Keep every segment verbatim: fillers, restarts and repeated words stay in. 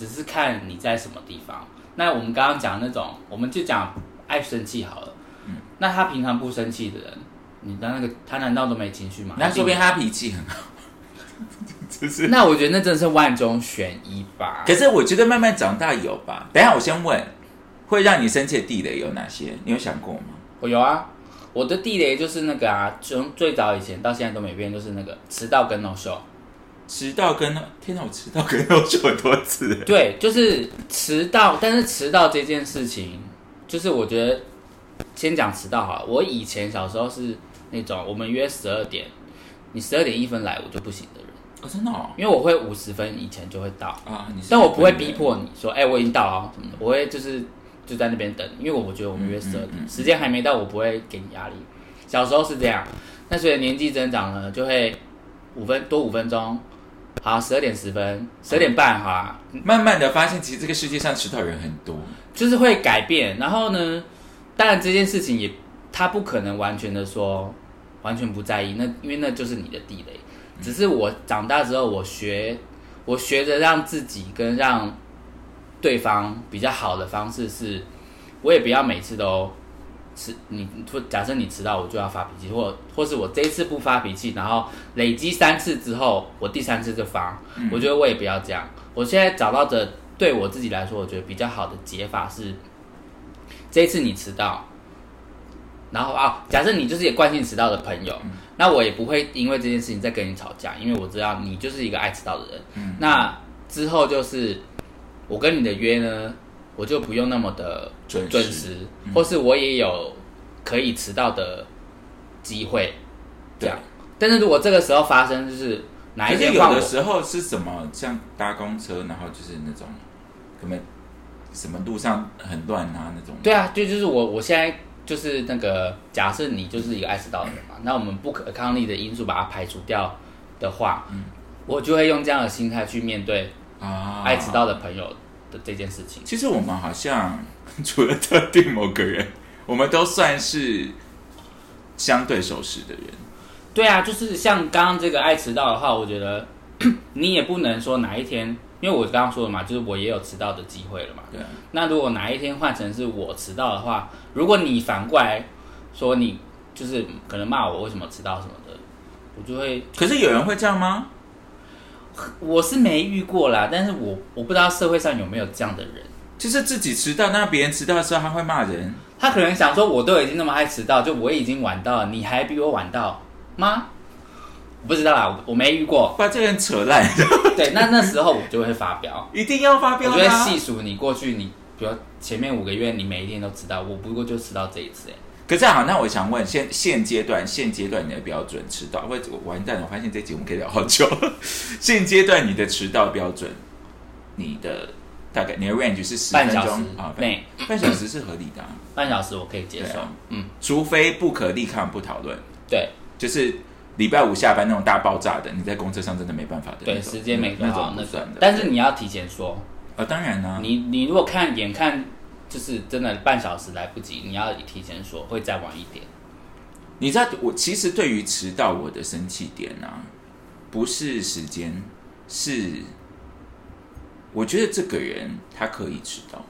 只是看你在什么地方。那我们刚刚讲那种，我们就讲爱生气好了。嗯，那他平常不生气的人，你的那个他难道都没情绪吗？ 那说明他脾气很好。就是， 那我觉得那真的是万中选一吧。 可是我觉得慢慢长大有吧。等一下我先问，会让你生气的地雷有哪些？你有想过吗？ 我有啊，我的地雷就是那个啊，从最早以前到现在都没变，就是那个迟到跟 no show。 迟到跟天哪，我迟到跟 no show 很多次。 对，就是迟到，但是迟到这件事情，就是我觉得先讲迟到好了。我以前小时候是那种我们约十二点，你十二点一分来我就不行的人。 哦，真的哦， 因为我会五十分以前就会到啊，你但我不会逼迫你说，哎、欸，我已经到了什么的，我会就是就在那边等，因为我觉得我们约十二点，嗯嗯嗯、时间还没到，我不会给你压力。小时候是这样，那随着年纪增长呢，就会五分多五分钟。好，十二点十分，十二点半，好啊。 慢慢的发现，其实这个世界上迟到人很多， 就是会改变。然后呢，当然这件事情也，他不可能完全的说，完全不在意。那因为那就是你的地雷。只是我长大之后，我学，我学着让自己跟让对方比较好的方式是，我也不要每次都。迟你假设你迟到，我就要发脾气，或或是我这一次不发脾气，然后累积三次之后，我第三次就发。嗯、我觉得我也不要这样。我现在找到的对我自己来说，我觉得比较好的解法是，这一次你迟到，然后啊，假设你就是也惯性迟到的朋友，嗯、那我也不会因为这件事情再跟你吵架，因为我知道你就是一个爱迟到的人。嗯、那之后就是我跟你的约呢。我就不用那么的准时，准时嗯、或是我也有可以迟到的机会，这样。但是如果这个时候发生，就是哪一天有的时候是什么，像搭公车，然后就是那种可能什么路上很乱啊那种。 对啊，就就是我我现在就是那个，假设你就是一个爱迟到的人嘛，那我们不可抗力的因素把它排除掉的话，嗯、我就会用这样的心态去面对啊爱迟到的朋友。的这件事情， 其实我们好像除了特定某个人，我们都算是相对守时的人。 对啊，就是像刚刚这个爱迟到的话，我觉得你也不能说哪一天，因为我刚刚说了嘛，就是我也有迟到的机会了嘛。对、啊。那如果哪一天换成是我迟到的话，如果你反过来说你就是可能骂我为什么迟到什么的，我就会。 可是有人会这样吗？ 我是没遇过啦，但是我我不知道社会上有没有这样的人， 就是自己迟到，那别人迟到的时候他会骂人。 他可能想说，我都已经那么爱迟到，就我已经晚到了，你还比我晚到吗？我不知道啦，我没遇过。 把这个人扯烂。 对，那那时候我就会发飙， 一定要发飙、啊。 我就会细数你过去，你比如前面五个月，你每一天都迟到，我不过就迟到这一次、欸。 可是好，那我想问，现现阶段现阶段你的标准迟到，会完蛋了！我发现这集我们可以聊好久。现阶段你的迟到标准，你的大概你的 range 是十分钟啊， 内、 哦、半小时是合理的、啊， 半小时我可以接受， 啊、嗯，除非不可力抗不讨论， 对， 就是礼拜五下班那种大爆炸的，你在公车上真的没办法的， 对，时间没那种不算的， 但是你要提前说， 啊，当然啦、啊， 你你如果看眼看。就是真的半小时来不及，你要提前说，会再晚一点。 你知道，我其实对于迟到我的生气点啊，不是时间，是我觉得这个人他可以迟到。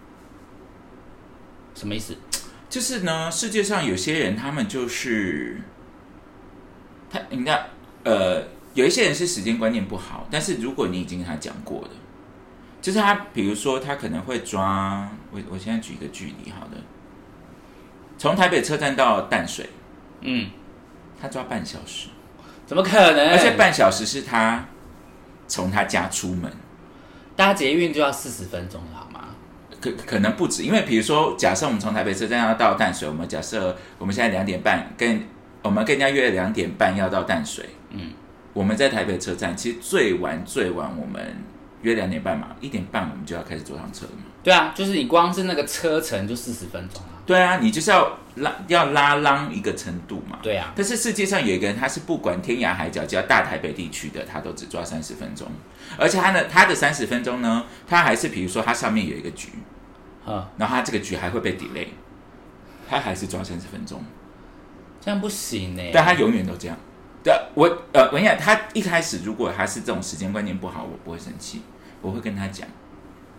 什么意思？ 就是呢，世界上有些人，他们就是他，你看，呃，有一些人是时间观念不好，但是如果你已经跟他讲过了。就是他，比如说，他可能会抓我。我现在举一个距离，好的，从台北车站到淡水，嗯，他抓半小时， 怎么可能？ 而且半小时是他从他家出门， 搭捷运就要四十分钟了，好吗？ 可可能不止，因为比如说，假设我们从台北车站要到淡水，我们假设我们现在两点半跟我们跟人家约了两点半要到淡水，嗯，我们在台北车站，其实最晚最晚我们。约两点半嘛，一点半我们就要开始坐上车了嘛。 对啊，就是你光是那个车程就四十分钟啊。 对啊，你就是要拉要拉浪一个程度嘛。 对啊。 但是世界上有一个人，他是不管天涯海角，只要大台北地区的，他都只抓三十分钟。而且他的他的三十分钟呢，他还是比如说他上面有一个局，嗯，然后他这个局还会被 delay， 他还是抓三十分钟。 这样不行欸。 但他永远都这样。对，我呃，我跟你讲，他一开始如果他是这种时间观念不好，我不会生气。我会跟他讲，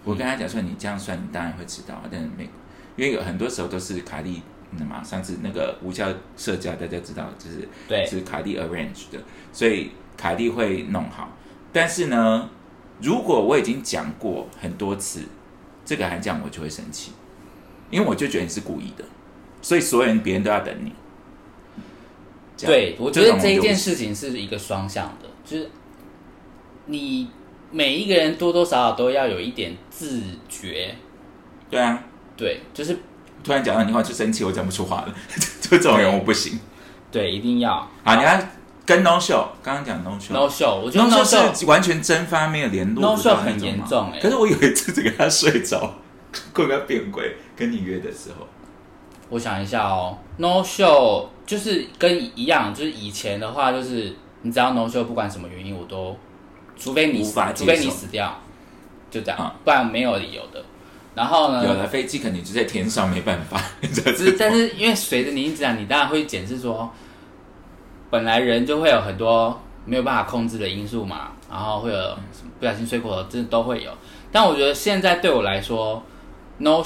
我跟他讲说，你这样算，你当然会知道，但是没，因为有很多时候都是卡莉嘛，上次那个无效社交大家知道，就是对， 是卡莉 arrange 的，所以卡莉会弄好。但是呢，如果我已经讲过很多次，这个还这样，我就会生气，因为我就觉得你是故意的，所以所有人别人都要等你。 对，我觉得这一件事情是一个双向的，就是你每一个人多多少少都要有一点自觉。 对啊， 对，就是突然讲到你话就生气，我讲不出话了，就这种人我不行。 对，一定要。 好，你要跟 no show， 刚刚讲 no show，no show， 我觉得 no show 是完全蒸发没有联络 ，no show 很严重哎、欸。 可是我有一次只给他睡着，快要变鬼，跟你约的时候。 我想一下哦 ，no show 就是跟一样，就是以前的话，就是你只要 no show， 不管什么原因，我都，除非你除非你死掉，就这样，嗯、不然没有理由的。然后呢， 有了飞机肯定就在天上，没办法。 是，但是因为随着年纪长，你当然会检视说，本来人就会有很多没有办法控制的因素嘛，然后会有不小心睡过头，这都会有。但我觉得现在对我来说 ，no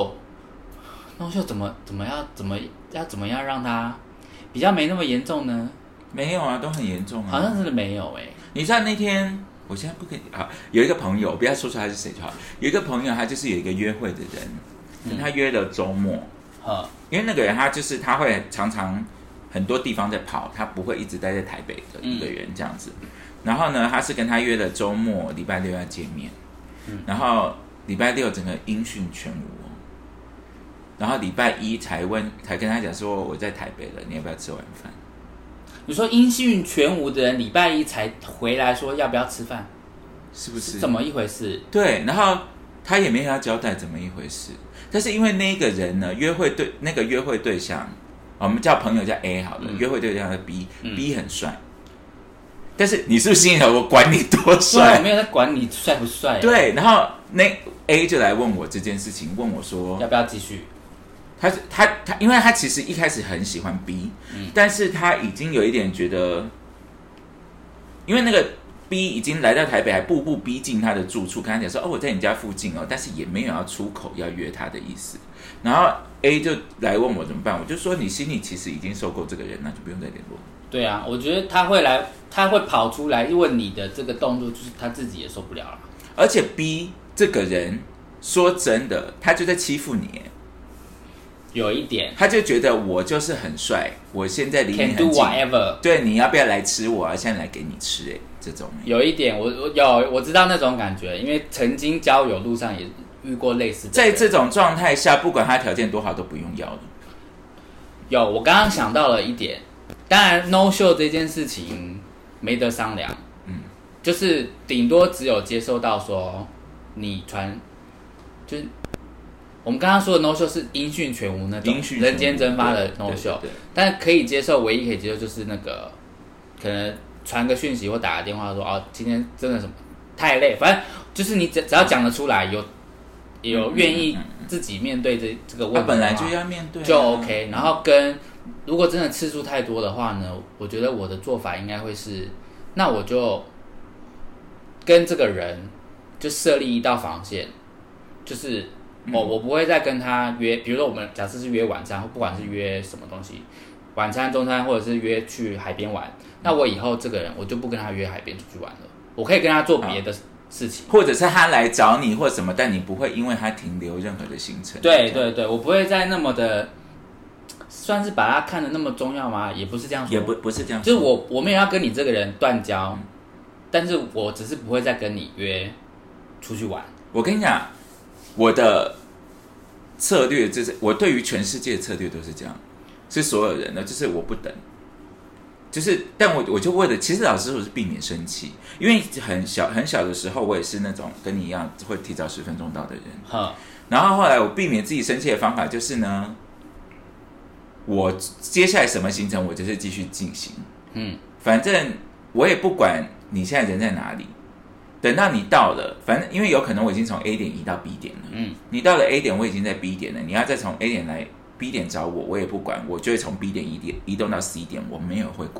show。no show 怎么怎么要怎么要怎么样让它比较没那么严重呢？ 没有啊，都很严重啊。 好像真的没有哎、欸。 你知道那天，我现在不可以啊，有一个朋友，不要说出他是谁就好。有一个朋友，他就是有一个约会的人，跟他约了周末。嗯，因为那个人他就是他会常常很多地方在跑，他不会一直待在台北的一个人这样子。嗯、然后呢，他是跟他约了周末，礼拜六要见面。嗯、然后礼拜六整个音讯全无。然后礼拜一才问，才跟他讲说我在台北了，你要不要吃晚饭？ 你说音讯全无的人，礼拜一才回来说要不要吃饭， 是不是？ 是怎么一回事？ 对，然后他也没有要交代怎么一回事，但是因为那个人呢，约会对那个约会对象，我们叫朋友叫 A 好了，嗯、约会对象叫 B，B、嗯、很帅。但是你是不是心里头我管你多帅？ 我没有在管你帅不帅。 对，然后那 A 就来问我这件事情，问我说要不要继续。 他他他，因为他其实一开始很喜欢 B，、嗯、但是他已经有一点觉得，因为那个 B 已经来到台北，还步步逼近他的住处，跟他讲说：“哦，我在你家附近哦。”但是也没有要出口要约他的意思。然后 A 就来问我怎么办，我就说：“你心里其实已经受够这个人，那就不用再联络。” 对啊，我觉得他会来，他会跑出来问你的这个动作，就是他自己也受不了了。 而且 B 这个人说真的，他就在欺负你。 有一点， 他就觉得我就是很帅，我现在离你很近 ，can do whatever， 对，你要不要来吃我啊？现在来给你吃、欸，哎，这种有一点，我我有我知道那种感觉，因为曾经交友路上也遇过类似的。 在这种状态下，不管他条件多好，都不用要了。 有，我刚刚想到了一点，当然 no show 这件事情没得商量，嗯，就是顶多只有接受到说你传，就是。我们刚刚说的 no show 是音讯全无那种人间蒸发的 no show， 但可以接受，唯一可以接受就是那个可能传个讯息或打个电话说哦，今天真的什么太累，反正就是你只只要讲得出来，有有愿意自己面对这这个问题，他本来就要面对、啊、 就 OK。然后跟如果真的次数太多的话呢，我觉得我的做法应该会是，那我就跟这个人就设立一道防线，就是。我、哦、我不会再跟他约，比如说我们假设是约晚餐，不管是约什么东西，晚餐、中餐，或者是约去海边玩，那我以后这个人我就不跟他约海边出去玩了，我可以跟他做别的事情， 或者是他来找你或什么，但你不会因为他停留任何的行程。 对对对，我不会再那么的，算是把他看得那么重要吗？也不是这样说， 也不不是这样说， 就是我我没有要跟你这个人断交、嗯，但是我只是不会再跟你约出去玩。 我跟你讲。我的策略就是，我对于全世界的策略都是这样，是所有人的，就是我不等，就是，但我我就为了，其实老实说，我是避免生气，因为很小很小的时候，我也是那种跟你一样会提早十分钟到的人。好，然后后来我避免自己生气的方法就是呢，我接下来什么行程，我就是继续进行。嗯，反正我也不管你现在人在哪里。等到你到了，反正因为有可能我已经从 A 点移到 B 点了，嗯，你到了 A 点，我已经在 B 点了，你要再从 A 点来 B 点找我，我也不管，我就会从 B 点移点移动到 C 点，我没有会管你。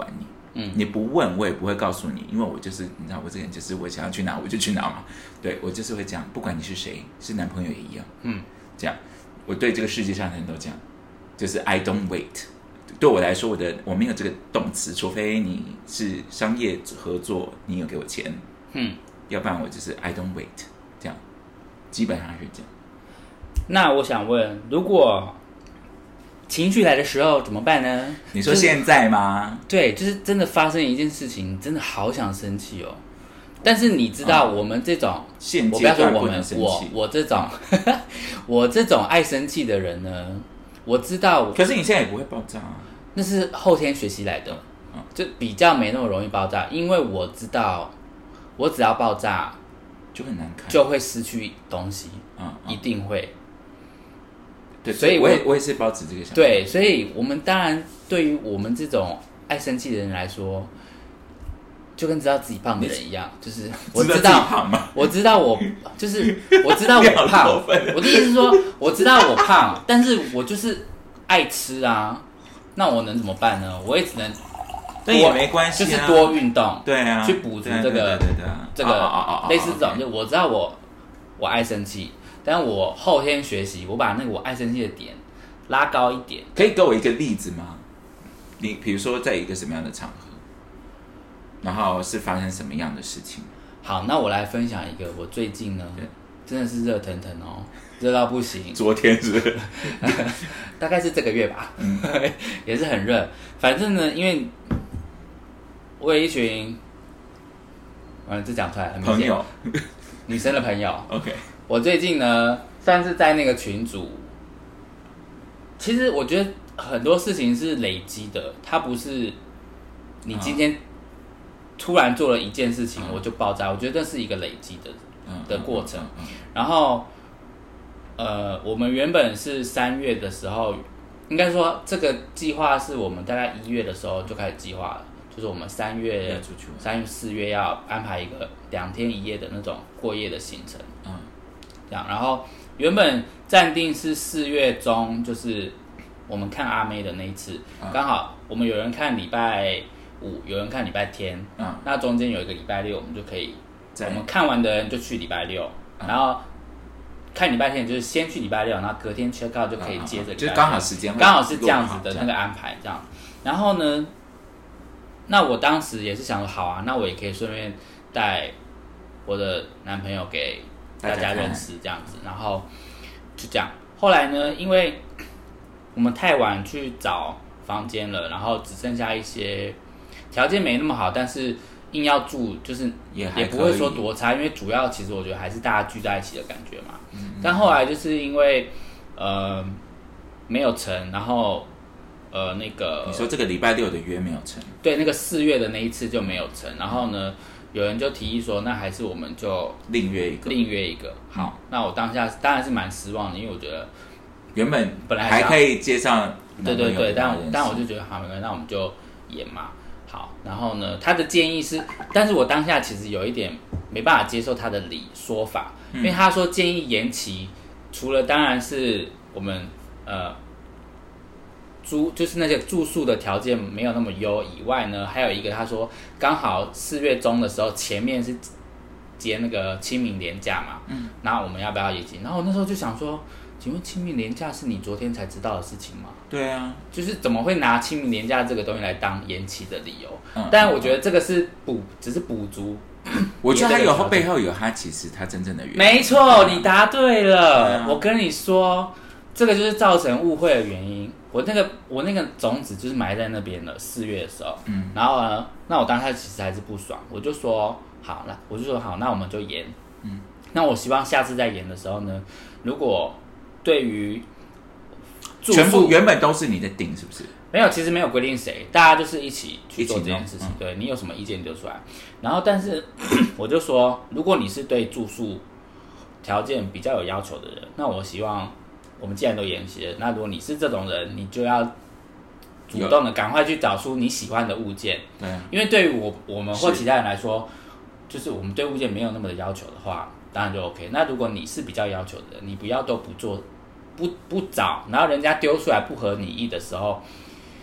嗯，你不问我也不会告诉你，因为我就是你知道我这个人就是我想要去哪我就去哪嘛，对我就是会这样，不管你是谁，是男朋友也一样，嗯，这样我对这个世界上的人都这样，就是 I don't wait。对我来说，我的我没有这个动词，除非你是商业合作，你有给我钱，嗯，要不然我就是 I don't wait， 这样，基本上是这样。 那我想问，如果情绪来的时候怎么办呢？ 你说现在吗？ 就是、对，就是真的发生一件事情，真的好想生气哦。但是你知道，我们这种、哦、 现阶段不能生气，我不要说我们，我我这种我这种爱生气的人呢，我知道我， 可是你现在也不会爆炸啊。 那是后天学习来的，就比较没那么容易爆炸，因为我知道，我只要爆炸就很难看， 就会失去东西，嗯，一定会。 对，所以我也我也是抱持这个想法。 对，所以我们当然对于我们这种爱生气的人来说，就跟知道自己胖的人一样，就是我知道胖吗？ 我知道我就是我知道我胖，我的意思是说，我知道我胖，但是我就是爱吃啊。那我能怎么办呢？我也只能， 但也没关系、啊， 就是多运动， 对啊， 去补足这个， 对对对对这个类似这种，就我知道我我爱生气，但我后天学习，我把那个我爱生气的点拉高一点。 可以给我一个例子吗？你比如说在一个什么样的场合，然后是发生什么样的事情？ 好，那我来分享一个，我最近呢真的是热腾腾哦。热到不行， 昨天是大概是这个月吧，嗯、也是很热。反正呢，因为我有一群，嗯，这讲出来很明显， 朋友， 女生的朋友。 OK， 我最近呢，算是在那个群组，其实我觉得很多事情是累积的，它不是你今天突然做了一件事情、嗯、我就爆炸，我觉得这是一个累积的、嗯、的过程。嗯嗯嗯嗯、然后。呃，我们原本是三月的时候，应该说这个计划是我们大概一月的时候就开始计划了，就是我们三月、三月、四月要安排一个两天一夜的那种过夜的行程，嗯，这样。然后原本暂定是四月中，就是我们看阿妹的那一次，刚、嗯、好我们有人看礼拜五，有人看礼拜天，嗯，那中间有一个礼拜六，我们就可以，我们看完的人就去礼拜六，嗯、然后。看礼拜天就是先去礼拜六，然后隔天 check out 就可以接着礼拜六， 就是刚好时间刚好是这样子的那个安排这样。然后呢，那我当时也是想说，好啊，那我也可以顺便带我的男朋友给大家认识这样子，然后就这样。后来呢，因为我们太晚去找房间了，然后只剩下一些条件没那么好，但是。硬要住就是也也不会说多差，因为主要其实我觉得还是大家聚在一起的感觉嘛。嗯、但后来就是因为呃没有成，然后呃那个你说这个礼拜六的约没有成， 对，那个四月的那一次就没有成。然后呢，有人就提议说，那还是我们就另约一个， 另约一个。好，嗯、那我当下当然是蛮失望的，因为我觉得原本本来还可以接上， 对对对，但但我就觉得好，没关系，那我们就演嘛。好，然后呢，他的建议是，但是我当下其实有一点没办法接受他的理说法，嗯、因为他说建议延期，除了当然是我们呃住就是那些住宿的条件没有那么优以外呢，还有一个他说刚好四月中的时候前面是接那个清明连假嘛，嗯，然后我们要不要延期？然后我那时候就想说。请问清明连假是你昨天才知道的事情吗？ 对啊， 就是怎么会拿清明连假这个东西来当延期的理由？嗯，但我觉得这个是补，只是补足。 我觉得他有后背后有他其实他真正的原因。 没错，你答对了。啊、我跟你说，这个就是造成误会的原因。我那个我那个种子就是埋在那边了，四月的时候。嗯，然后呢，那我当下其实还是不爽，我就说好了，我就说好，那我们就延。嗯，那我希望下次再延的时候呢，如果对于全部原本都是你的定，是不是？ 没有，其实没有规定谁，大家就是一起去做这件事情。嗯、对你有什么意见就出来。然后，但是我就说，如果你是对住宿条件比较有要求的人，那我希望我们既然都延期了，那如果你是这种人，你就要主动的赶快去找出你喜欢的物件。对，因为对于我我们或其他人来说，就是我们对物件没有那么的要求的话。当然就 OK。那如果你是比较要求的人，你不要都不做，不不找，然后人家丢出来不合你意的时候，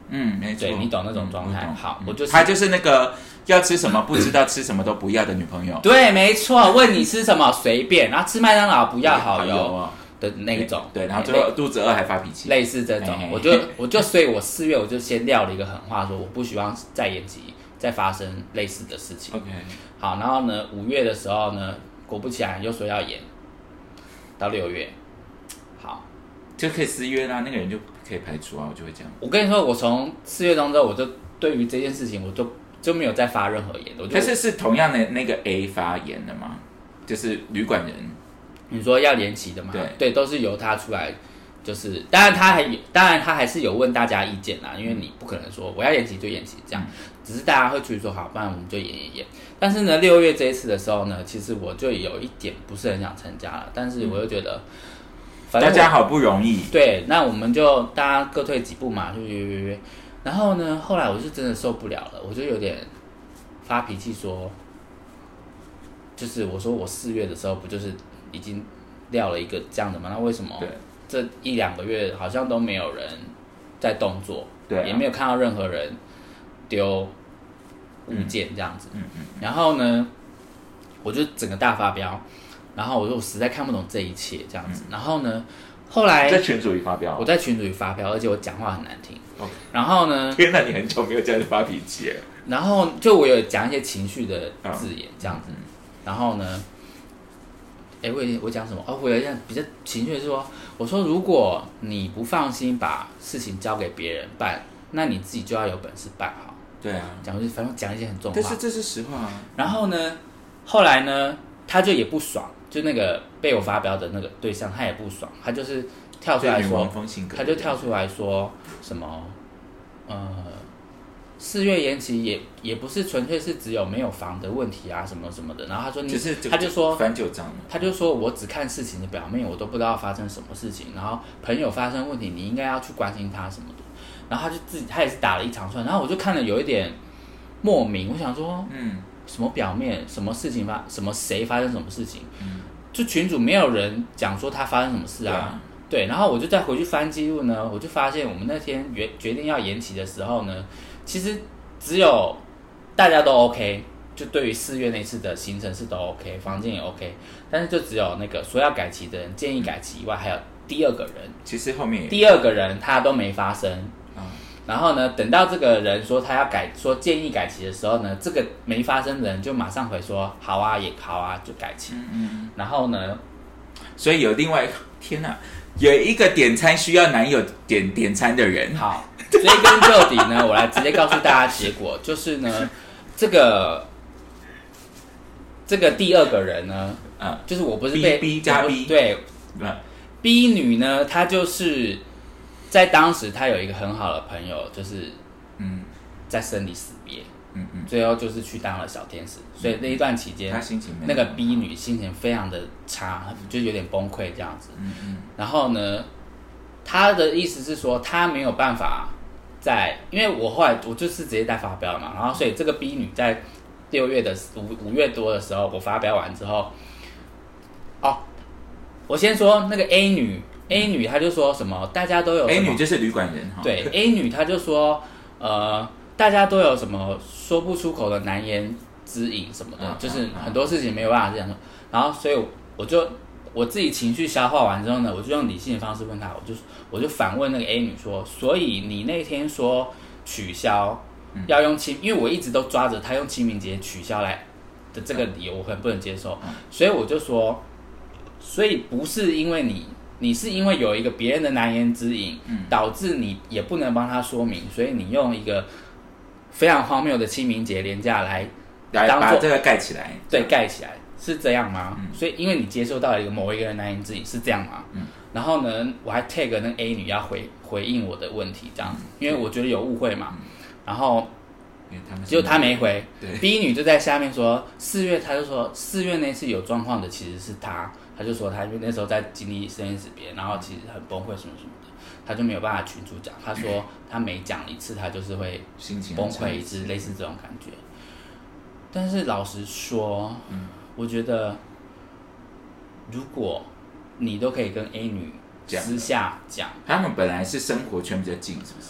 嗯，没错， 对你懂那种状态。 嗯、 好，我就是他就是那个要吃什么不知道，吃什么都不要的女朋友。 对，没错，问你吃什么随便，然后吃麦当劳不要好油哦的那一种。 对，然后最后肚子饿还发脾气， 类似这种， 嘿嘿我就我就所以，我四月我就先撂了一个狠话，说我不希望再延期，再发生类似的事情。 OK， 好，然后呢，五月的时候呢，果不其然又说要延到六月，好， 就可以私约啦，那个人就可以排除啊，我就会这样。 我跟你说，我从四月中之后，我就对于这件事情，我就就没有再发任何言，我就但是是同样的那个 A 发言的吗？就是旅馆人。 你说要延期的嘛？ 对对，都是由他出来，就是当然他还有当然他还是有问大家意见啦，因为你不可能说我要延期就延期这样，嗯、只是大家会去说好，不然我们就延一延。但是呢，六月这一次的时候呢，其实我就有一点不是很想参加了，但是我又觉得，反正大家好不容易， 对，那我们就大家各退几步嘛，就约约约。然后呢，后来我是真的受不了了，我就有点发脾气说，就是我说我四月的时候不就是已经撂了一个这样的嘛？那为什么这一两个月好像都没有人在动作， 对、啊， 也没有看到任何人丢物件这样子。 嗯嗯嗯、 然后呢，我就整个大发飙，然后我说我实在看不懂这一切这样子。嗯、然后呢，后来在群组里发飙， 我在群组里发飙，而且我讲话很难听。 Okay. 然后呢， 天哪，你很久没有这样子发脾气了。 然后就我有讲一些情绪的字眼这样子。 嗯、 然后呢？哎，我我讲什么？哦，我有一样比较情绪的是说，我说如果你不放心把事情交给别人办，那你自己就要有本事办好。 对啊， 讲就是反正讲一些很重的话。 但是这是实话啊。 然后呢，后来呢，他就也不爽，就那个被我发飙的那个对象，他也不爽，他就是跳出来说，他就跳出来说什么，呃。四月延期也也不是纯粹是只有没有房的问题啊，什么什么的。然后他说你， 就是他就说翻旧账， 他就说我只看事情的表面，我都不知道发生什么事情。然后朋友发生问题，你应该要去关心他什么的。然后他就自己他也是打了一长串，然后我就看了有一点莫名，我想说，嗯，什么表面，什么事情发，什么谁发生什么事情，嗯，就群组没有人讲说他发生什么事啊。对啊，对，然后我就再回去翻记录呢，我就发现我们那天决决定要延期的时候呢。其实只有大家都 OK， 就对于四月那次的行程是都 OK， 房间也 OK， 但是就只有那个说要改期的人建议改期以外，还有第二个人， 其实后面也第二个人他都没发生。 嗯、 然后呢，等到这个人说他要改，说建议改期的时候呢，这个没发生的人就马上回说好啊，也好啊，就改期。嗯嗯。然后呢， 所以有另外天哪，有一个点餐需要男友点点餐的人， 好。追根究底呢，我来直接告诉大家结果，就是呢，这个这个第二个人呢，啊，就是我不是被 B, B 加 B 对、嗯、B 女呢，她就是在当时她有一个很好的朋友，就是嗯，在生离死别，嗯嗯，最后就是去当了小天使，所以那一段期间， 她心情那个 B 女心情非常的差，就有点崩溃这样子，嗯嗯，然后呢，她的意思是说，她没有办法。在，因为我后来我就是直接在发飙嘛，然后所以这个 B 女在六月的五五月多的时候，我发飙完之后，哦，我先说那个 A 女 ，A 女她就说什么，大家都有 A 女就是旅馆人哈， 对 A 女她就说，呃，大家都有什么说不出口的难言之隐什么的，啊、就是很多事情没有办法这样说，然后所以我就。我自己情绪消化完之后呢，我就用理性的方式问他，我就我就反问那个 A 女说，所以你那天说取消，嗯、要用清，因为我一直都抓着他用清明节取消来的这个理由，我很不能接受，嗯、所以我就说，所以不是因为你，你是因为有一个别人的难言之隐，嗯、导致你也不能帮他说明，所以你用一个非常荒谬的清明节连假来来把这个盖起来， 对，盖起来。是这样吗？嗯、所以因为你接受到了一个某一个人难言之隐，是这样吗？嗯、然后呢，我还 tag 那 A 女要回回应我的问题，这样子，嗯、因为我觉得有误会嘛。嗯、然后结果他没回 ，B 女就在下面说，四月他就说四月那次有状况的其实是他，他就说他因为那时候在经历生离死别，然后其实很崩溃什么什么的，他就没有办法群主讲，他说他每讲一次他就是会崩溃一次，类似这种感觉。但是老实说，嗯。我觉得，如果你都可以跟 A 女私下讲， 他们本来是生活圈比较近，是不是？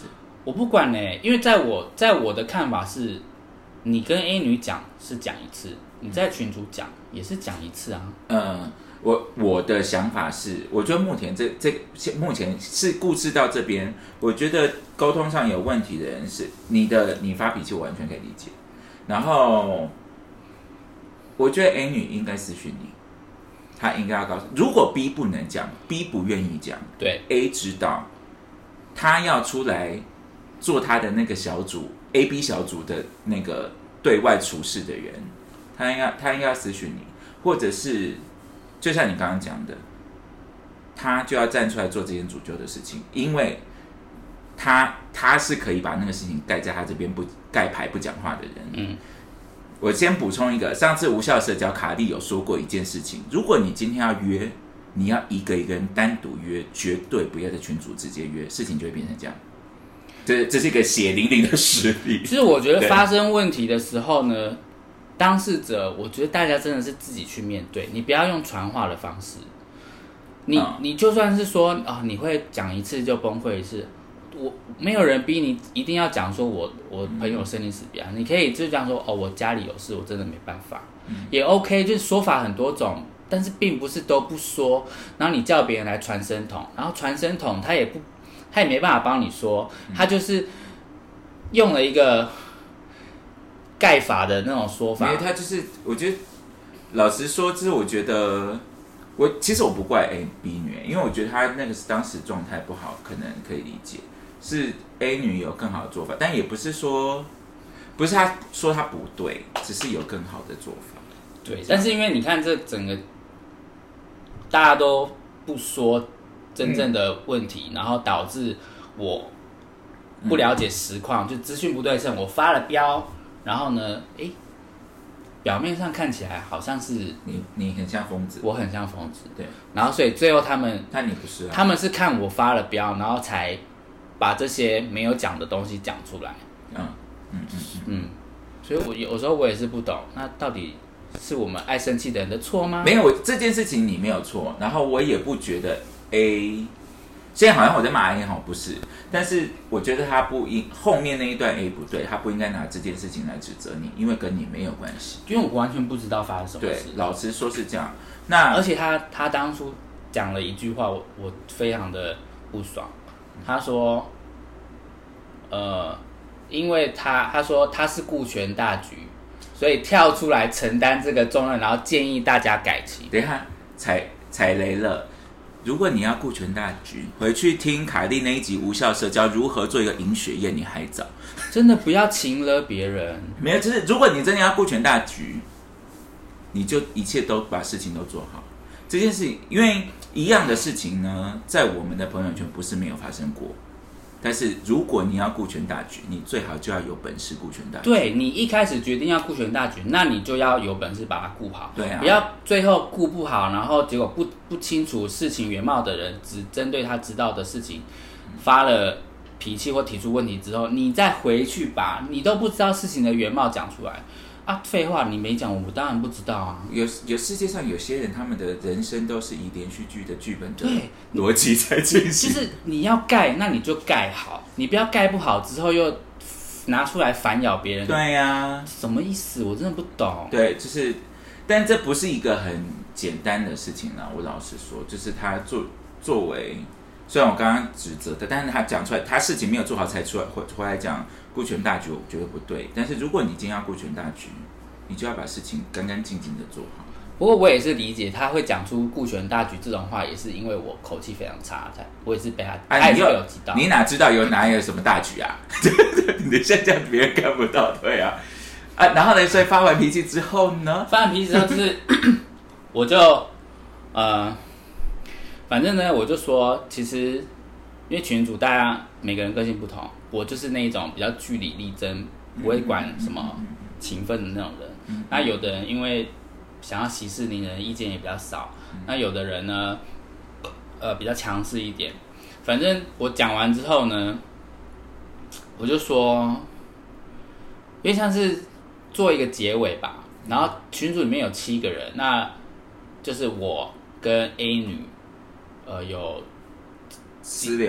我不管呢、欸，因为在我在我的看法是，你跟 A 女讲是讲一次，你在群组讲也是讲一次啊。 嗯，我我的想法是，我觉得目前这这目前是故事到这边，我觉得沟通上有问题的人是你的，你发脾气我完全可以理解。然后，我觉得 A 女应该私讯你，她应该要告诉，如果 B 不能讲 ，B 不愿意讲， 对 A 知道，他要出来做他的那个小组 A B 小组的那个对外处事的人，他应该他应该要私讯你，或者是就像你刚刚讲的，他就要站出来做这件主揪的事情，因为他他是可以把那个事情盖在他这边不盖牌不讲话的人。 嗯， 我先补充一个，上次无效社交卡莉有说过一件事情，如果你今天要约，你要一个一个人单独约，绝对不要在群组直接约，事情就会变成这样。这这是一个血淋淋的实例。 其实我觉得发生问题的时候呢，当事者，我觉得大家真的是自己去面对，你不要用传话的方式。你、嗯、你就算是说啊、哦，你会讲一次就崩溃一次，我没有人逼你一定要讲说我我朋友生离死别、嗯，你可以就这样说哦，我家里有事，我真的没办法，嗯、也 OK， 就是说法很多种，但是并不是都不说，然后你叫别人来传声筒，然后传声筒他也不他也没办法帮你说，他就是用了一个盖法的那种说法， 因为他就是我觉得老实说，就是我觉得。我其实我不怪 A B 女，因为我觉得她那个是当时状态不好，可能可以理解。是 A 女有更好的做法，但也不是说不是她说她不对，只是有更好的做法。 对，但是因为你看这整个大家都不说真正的问题，嗯、然后导致我不了解实况，嗯、就资讯不对称，我发了标，然后呢，哎。表面上看起来好像是你，你很像疯子， 我很像疯子， 对。 然后所以最后他们， 但你不是、啊， 他们是看我发了标，然后才把这些没有讲的东西讲出来。 嗯嗯嗯嗯嗯，所以我有时候我也是不懂，那到底是我们爱生气的人的错吗？ 没有，这件事情你没有错，然后我也不觉得 A。现在好像我在骂 A 哈，不是，但是我觉得他不应后面那一段 A 不对，他不应该拿这件事情来指责你，因为跟你没有关系。 因为我完全不知道发生什么事。 对，老实说是这样。那而且他他当初讲了一句话，我我非常的不爽。他说，呃，因为他他说他是顾全大局，所以跳出来承担这个重任，然后建议大家改期。 等一下，踩踩雷了。如果你要顾全大局，回去听凯莉那一集无效社交如何做一个饮血宴，你还早。 真的不要情了别人。 没有，就是如果你真的要顾全大局，你就一切都把事情都做好。这件事情，因为一样的事情呢，在我们的朋友圈不是没有发生过。但是如果你要顾全大局，你最好就要有本事顾全大局。 对，你一开始决定要顾全大局，那你就要有本事把它顾好。 对啊， 不要最后顾不好，然后结果不不清楚事情原貌的人，只针对他知道的事情发了脾气或提出问题之后，你再回去把你都不知道事情的原貌讲出来啊！废话，你没讲，我当然不知道啊。 有有世界上有些人，他们的人生都是以连续剧的剧本的逻辑在进行。 就是你要盖，那你就盖好，你不要盖不好之后又拿出来反咬别人。 对呀、啊， 什么意思？我真的不懂。 对，就是，但这不是一个很简单的事情啦。我老实说，就是他作作为，虽然我刚刚指责他，但是他讲出来，他事情没有做好才出来回回来讲。顾全大局我觉得不对，但是如果你今天要顾全大局，你就要把事情干干净净的做好。 不过我也是理解他会讲出顾全大局这种话，也是因为我口气非常差，才我也是被他， 啊、 他也是被我激到。 你哪知道有哪有什么大局啊？你现在这样别人看不到，对啊。啊，然后呢？所以发完脾气之后呢？ 发完脾气之后就是我就呃，反正呢，我就说，其实因为群组大家每个人个性不同。我就是那一种比较据理力争，不会管什么情分的那种人。那有的人因为想要息事宁人，意见也比较少。那有的人呢，呃，比较强势一点。反正我讲完之后呢，我就说，因为像是做一个结尾吧。然后群组里面有七个人，那就是我跟 A 女，呃，有私聊。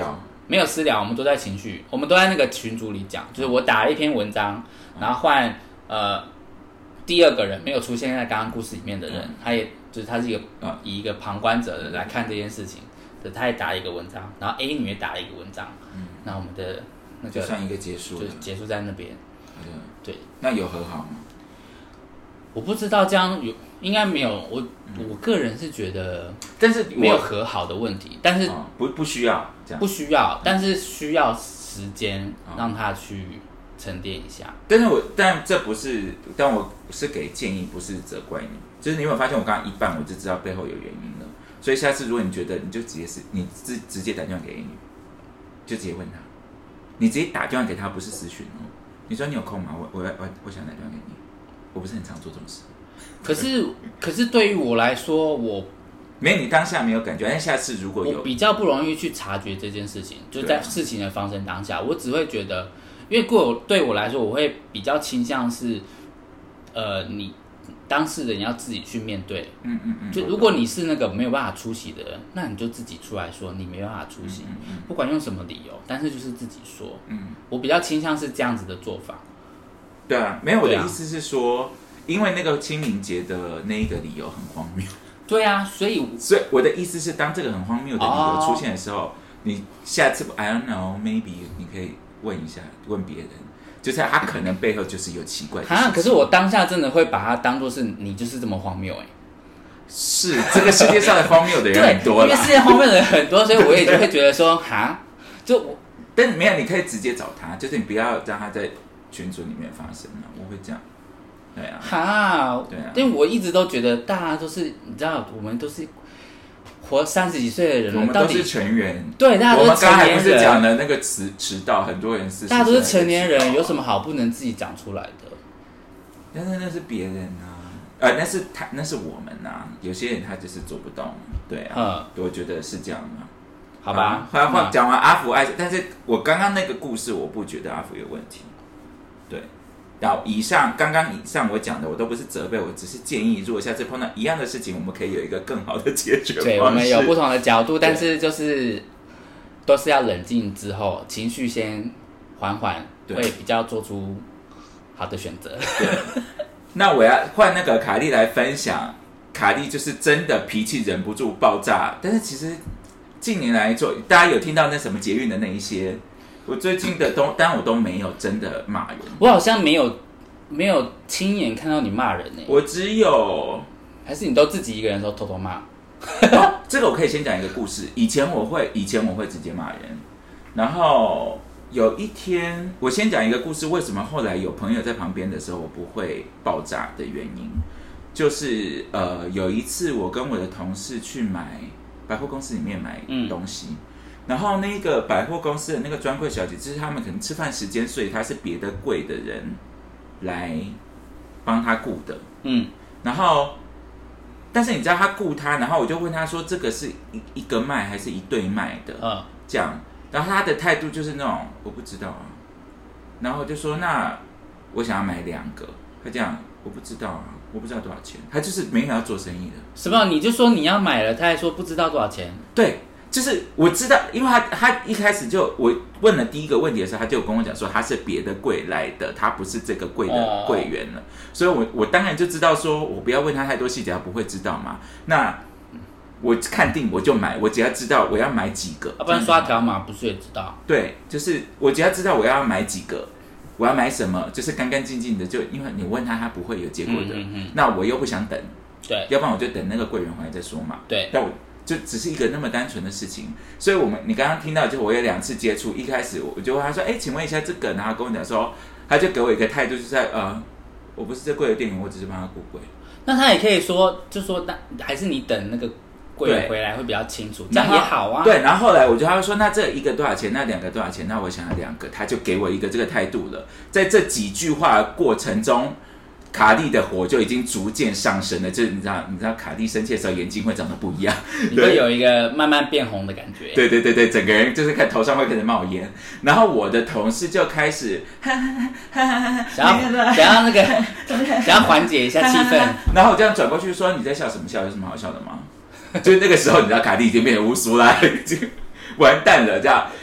没有私聊，我们都在情绪，我们都在那个群组里讲，就是我打了一篇文章，然后换呃第二个人没有出现在刚刚故事里面的人，嗯、他也就是他是一个、呃、以一个旁观者的来看这件事情，的他也打了一个文章，然后 A 女也打了一个文章，嗯，那我们的那个就算一个结束了， 就结束在那边，对，对， 那有和好吗？ 我不知道这样有应该没有，我、嗯、我个人是觉得， 但是没有和好的问题，但是、 哦、不不需要这样， 不需要，但是需要时间让他去沉淀一下。 但是我但这不是，但我是给建议，不是责怪你。就是你有没有发现，我刚刚一半我就知道背后有原因了，所以下次如果你觉得，你就直接是你直直接打电话给 A 女，就直接问他，你直接打电话给他，不是私讯哦。你说你有空吗？我我我我想打电话给你。我不是很常做这种事， 可是可是对于我来说，我没有你当下没有感觉，但下次如果有， 我比较不容易去察觉这件事情，就在事情的发生当下，我只会觉得，因为过对我来说，我会比较倾向是，呃，你当事人要自己去面对，嗯嗯嗯，就如果你是那个没有办法出席的人，那你就自己出来说你没办法出席，嗯嗯嗯不管用什么理由，但是就是自己说，嗯，我比较倾向是这样子的做法。 对啊，没有，我的意思是说，啊、因为那个清明节的那一个理由很荒谬。 对啊，所以所以我的意思是，当这个很荒谬的理由出现的时候，哦、你下次 I don't know maybe 你可以问一下，问别人，就是他可能背后就是有奇怪的事情。 啊，可是我当下真的会把它当作是你就是这么荒谬哎、欸。 是这个世界上的荒谬的人很多啦， 因为世界荒谬的人很多，所以我也就会觉得说，哈，就我， 但没有，你可以直接找他，就是你不要让他在群组里面发生了，我会这样，对啊， 哈，对啊，因为我一直都觉得大家都是，你知道，我们都是活三十几岁的人了， 我们都是成员， 对，大家都是成年人。我们刚才不是讲的那个迟迟到，很多人是， 大家都是成年人，有什么好不能自己讲出来的？ 但是那是别人啊，呃，那是他，那是我们啊，有些人他就是做不到，对啊，嗯，我觉得是这样嘛。 好吧， 后来讲完阿福爱，但是我刚刚那个故事，我不觉得阿福有问题。对，然后以上刚刚以上我讲的，我都不是责备，我只是建议，如果下次碰到一样的事情，我们可以有一个更好的解决方式。 对，我们有不同的角度，但是就是都是要冷静之后，情绪先缓缓，会比较做出好的选择。 对，那我要换那个卡莉来分享，卡莉就是真的脾气忍不住爆炸，但是其实近年来做，大家有听到那什么捷运的那一些。我最近的都，当然我都没有真的骂人。 我好像没有没有亲眼看到你骂人呢、欸。 我只有， 还是你都自己一个人的时候偷偷骂、 哦？这个我可以先讲一个故事。以前我会，以前我会直接骂人。然后有一天，我先讲一个故事。为什么后来有朋友在旁边的时候，我不会爆炸的原因，就是呃，有一次我跟我的同事去买百货公司里面买东西。嗯，然后那个百货公司的那个专柜小姐，就是他们可能吃饭时间，所以她是别的柜的人来帮她顾的。嗯，然后，但是你知道她顾她，然后我就问她说：“这个是一一个卖还是一对卖的？”嗯，这样，然后她的态度就是那种我不知道啊，然后我就说：“那我想要买两个。”她这样我不知道啊，我不知道多少钱。她就是没有要做生意的。 什么？你就说你要买了，她还说不知道多少钱？ 对。就是我知道，因为他他一开始就我问了第一个问题的时候，他就跟我讲说他是别的柜来的，他不是这个柜的柜员了，所以我我当然就知道说我不要问他太多细节，他不会知道嘛。那我看定我就买，我只要知道我要买几个， 要不然刷条码不是也知道？ 对，就是我只要知道我要买几个，我要买什么，就是干干净净的，就因为你问他他不会有结果的，嗯嗯嗯，那我又不想等， 对， 要不然我就等那个柜员回来再说嘛， 对， 但我。就只是一个那么单纯的事情，所以我们你刚刚听到，就我有两次接触，一开始我就问他说：“哎、欸，请问一下这个？”然后跟我讲说，他就给我一个态度，就是在呃，我不是这柜的店员，我只是帮他顾柜。 那他也可以说，就说那还是你等那个柜员回来会比较清楚，这样也好啊。 对，然后后来我就他会说，那这一个多少钱？那两个多少钱？那我想要两个，他就给我一个这个态度了。在这几句话的过程中。卡莉的火就已经逐渐上升了，就是你知道，你知道卡莉生气的时候眼睛会长得不一样， 你会有一个慢慢变红的感觉。 对对对对，整个人就是看头上会开始冒烟，然后我的同事就开始想要想要那个想要缓解一下气氛， 然后我这样转过去说：“你在笑什么笑？有什么好笑的吗？”就是那个时候，你知道卡莉已经变成乌苏拉，已经完蛋了这样。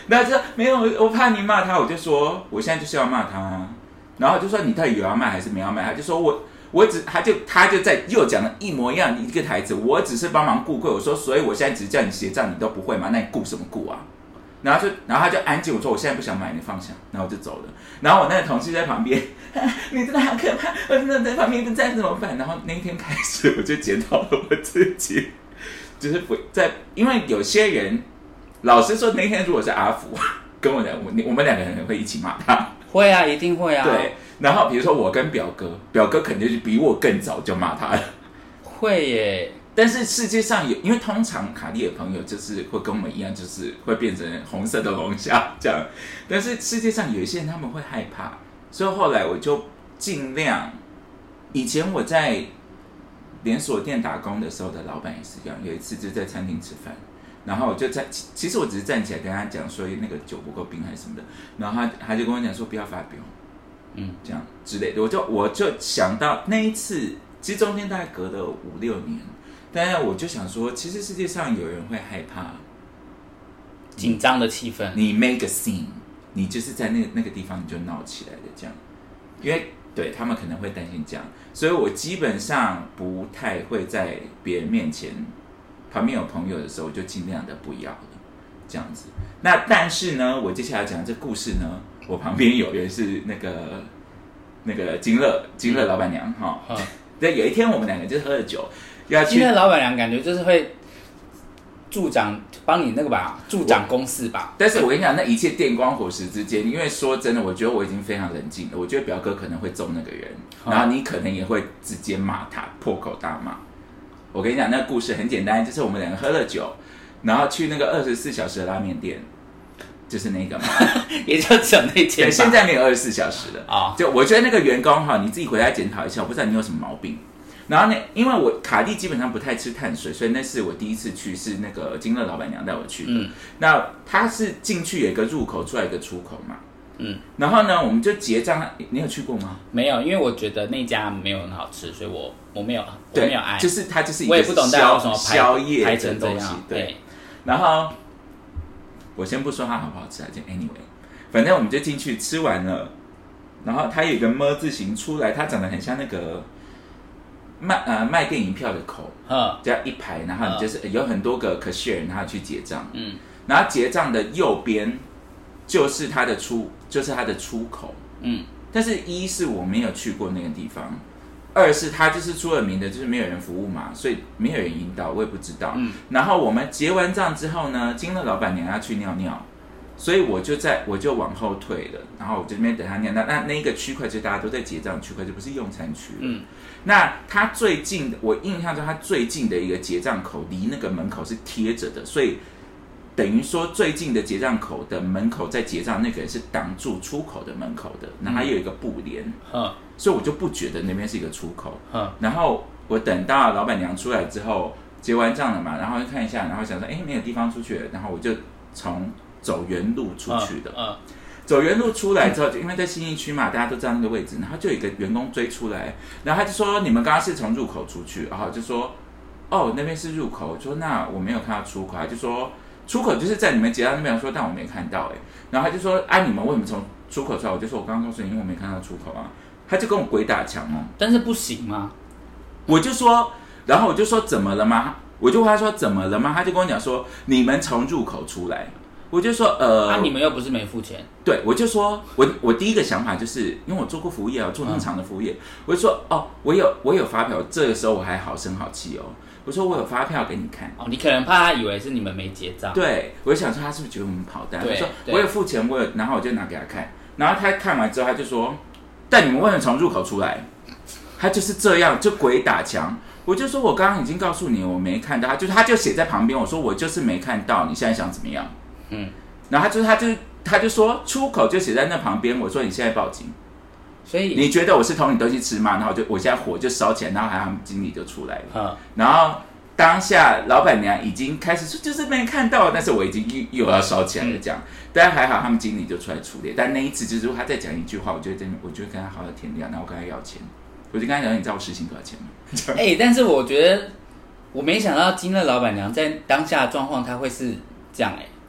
然后就说没有，我怕你骂他，我就说我现在就是要骂他，然后就说你到底有要骂还是没要骂？他就说我我只他就他就在又讲了一模一样的一个台词，我只是帮忙顾柜，我说所以我现在只是叫你结账，你都不会吗？那你顾什么顾啊？然后就然后他就安静，我说我现在不想买，你放下，然后我就走了。然后我那个同事在旁边，你真的好可怕，我真的在旁边不站怎么办？然后那一天开始，我就检讨了我自己，就是不在，因为有些人，老实说，那天如果是阿福跟我两我我们两个人会一起骂他， 会啊，一定会啊。 对，然后比如说我跟表哥，表哥肯定是比我更早就骂他了， 会耶。 但是世界上有，因为通常卡莉的朋友就是会跟我们一样，就是会变成红色的龙虾这样。但是世界上有一些人他们会害怕，所以后来我就尽量。以前我在连锁店打工的时候的老板也是这样，有一次就在餐厅吃饭，然后我就在，其实我只是站起来跟他讲说那个酒不够冰还是什么的，然后他他就跟我讲说不要发飙，嗯，这样之类的。我就我就想到那一次，其实中间大概隔了五六年。但是我就想说，其实世界上有人会害怕紧张的气氛， 你 make a scene， 你就是在那个那个地方你就闹起来的这样，因为对他们可能会担心这样，所以我基本上不太会在别人面前，旁边有朋友的时候，我就尽量的不要了这样子。那但是呢，我接下来讲的这故事呢，我旁边有人是那个那个金乐金乐老板娘哈，嗯、对，有一天我们两个就喝了酒。 今天老板娘感觉就是会助长帮你那个吧，助长公事吧。 但是我跟你讲，那一切电光火石之间，因为说真的，我觉得我已经非常冷静了。我觉得表哥可能会揍那个人，然后你可能也会直接骂他，破口大骂。我跟你讲，那个故事很简单，就是我们两个喝了酒，然后去那个二十四小时的拉面店，就是那个嘛， 也就只有那间。 对，现在没有二十四小时了啊。 就我觉得那个员工哈，你自己回家检讨一下，我不知道你有什么毛病。然后呢，因为我卡莉基本上不太吃碳水，所以那是我第一次去，是那个金乐老板娘带我去的。嗯、那他是进去有一个入口，出来一个出口嘛。嗯。然后呢，我们就结账。你有去过吗？ 没有，因为我觉得那家没有很好吃，所以我我没有我没有爱。 就是它就是一个我也不懂大家为什么宵夜排成的东西。对。 对然后我先不说它好不好吃啊，就 anyway， 反正我们就进去吃完了，然后它有一个么字形出来，它长得很像那个。卖呃卖电影票的口，这样一排，然后你就是有很多个 cashier， 然后去结账，嗯，然后结账的右边就是它的出，就是它的出口，嗯，但是一是我没有去过那个地方，二是它就是出了名的，就是没有人服务嘛，所以没有人引导，我也不知道，嗯，然后我们结完账之后呢，金乐老板娘要去尿尿。所以我就在我就往后退了，然后我就那边等他尿。那那那一个区块就大家都在结账区块，就不是用餐区了。嗯，那他最近的，我印象中他最近的一个结账口离那个门口是贴着的，所以等于说最近的结账口的门口在结账那个人是挡住出口的门口的，然后还有一个布帘，嗯，所以我就不觉得那边是一个出口。嗯，然后我等到老板娘出来之后结完账了嘛，然后看一下，然后想说，哎，没有地方出去了，然后我就从走原路出去的，嗯嗯、走原路出来之后，就因为在信义区嘛，大家都知道那个位置，然后就有一个员工追出来，然后他就说：“你们刚刚是从入口出去。”然后就说：“哦，那边是入口。”我说：“那我没有看到出口。”他就说：“出口就是在你们结账那边。”我说：“但我没看到。”哎，然后他就说：“啊，你们为什么从出口出来？”我就说：“我刚刚告诉你，因为我没看到出口啊。”他就跟我鬼打墙哦。 但是不行吗？ 我就说，然后我就说：“怎么了吗？”我就问他说：“怎么了吗？”他就跟我讲说：“你们从入口出来。”我就说，呃， 啊，你们又不是没付钱。 对，我就说，我我第一个想法就是，因为我做过服务业啊，做那么长的服务业，嗯、我就说，哦，我有我有发票，这个时候我还好声好气哦，我说我有发票给你看。 哦，你可能怕他以为是你们没结账。 对，我就想说他是不是觉得我们跑单？我说我有付钱，我有，然后我就拿给他看，然后他看完之后他就说，但你们为什么从入口出来？他就是这样，就鬼打墙。我就说我刚刚已经告诉你，我没看到，他就他就写在旁边，我说我就是没看到，你现在想怎么样？嗯，然后他就他就他就说出口就写在那旁边，我说你现在报警， 所以你觉得我是偷你东西吃吗？然后我就我现在火就烧起来，然后还有他们经理就出来了，嗯、然后当下老板娘已经开始说就是没看到，但是我已经又又要烧起来了这样，嗯、但还好他们经理就出来处理。但那一次就是如果他再讲一句话，我就会我就会跟他好好天亮，然后我跟他要钱，我就跟他讲你知道我时薪多少钱吗？ 哎、欸，但是我觉得我没想到金乐老板娘在当下的状况她会是这样哎、欸。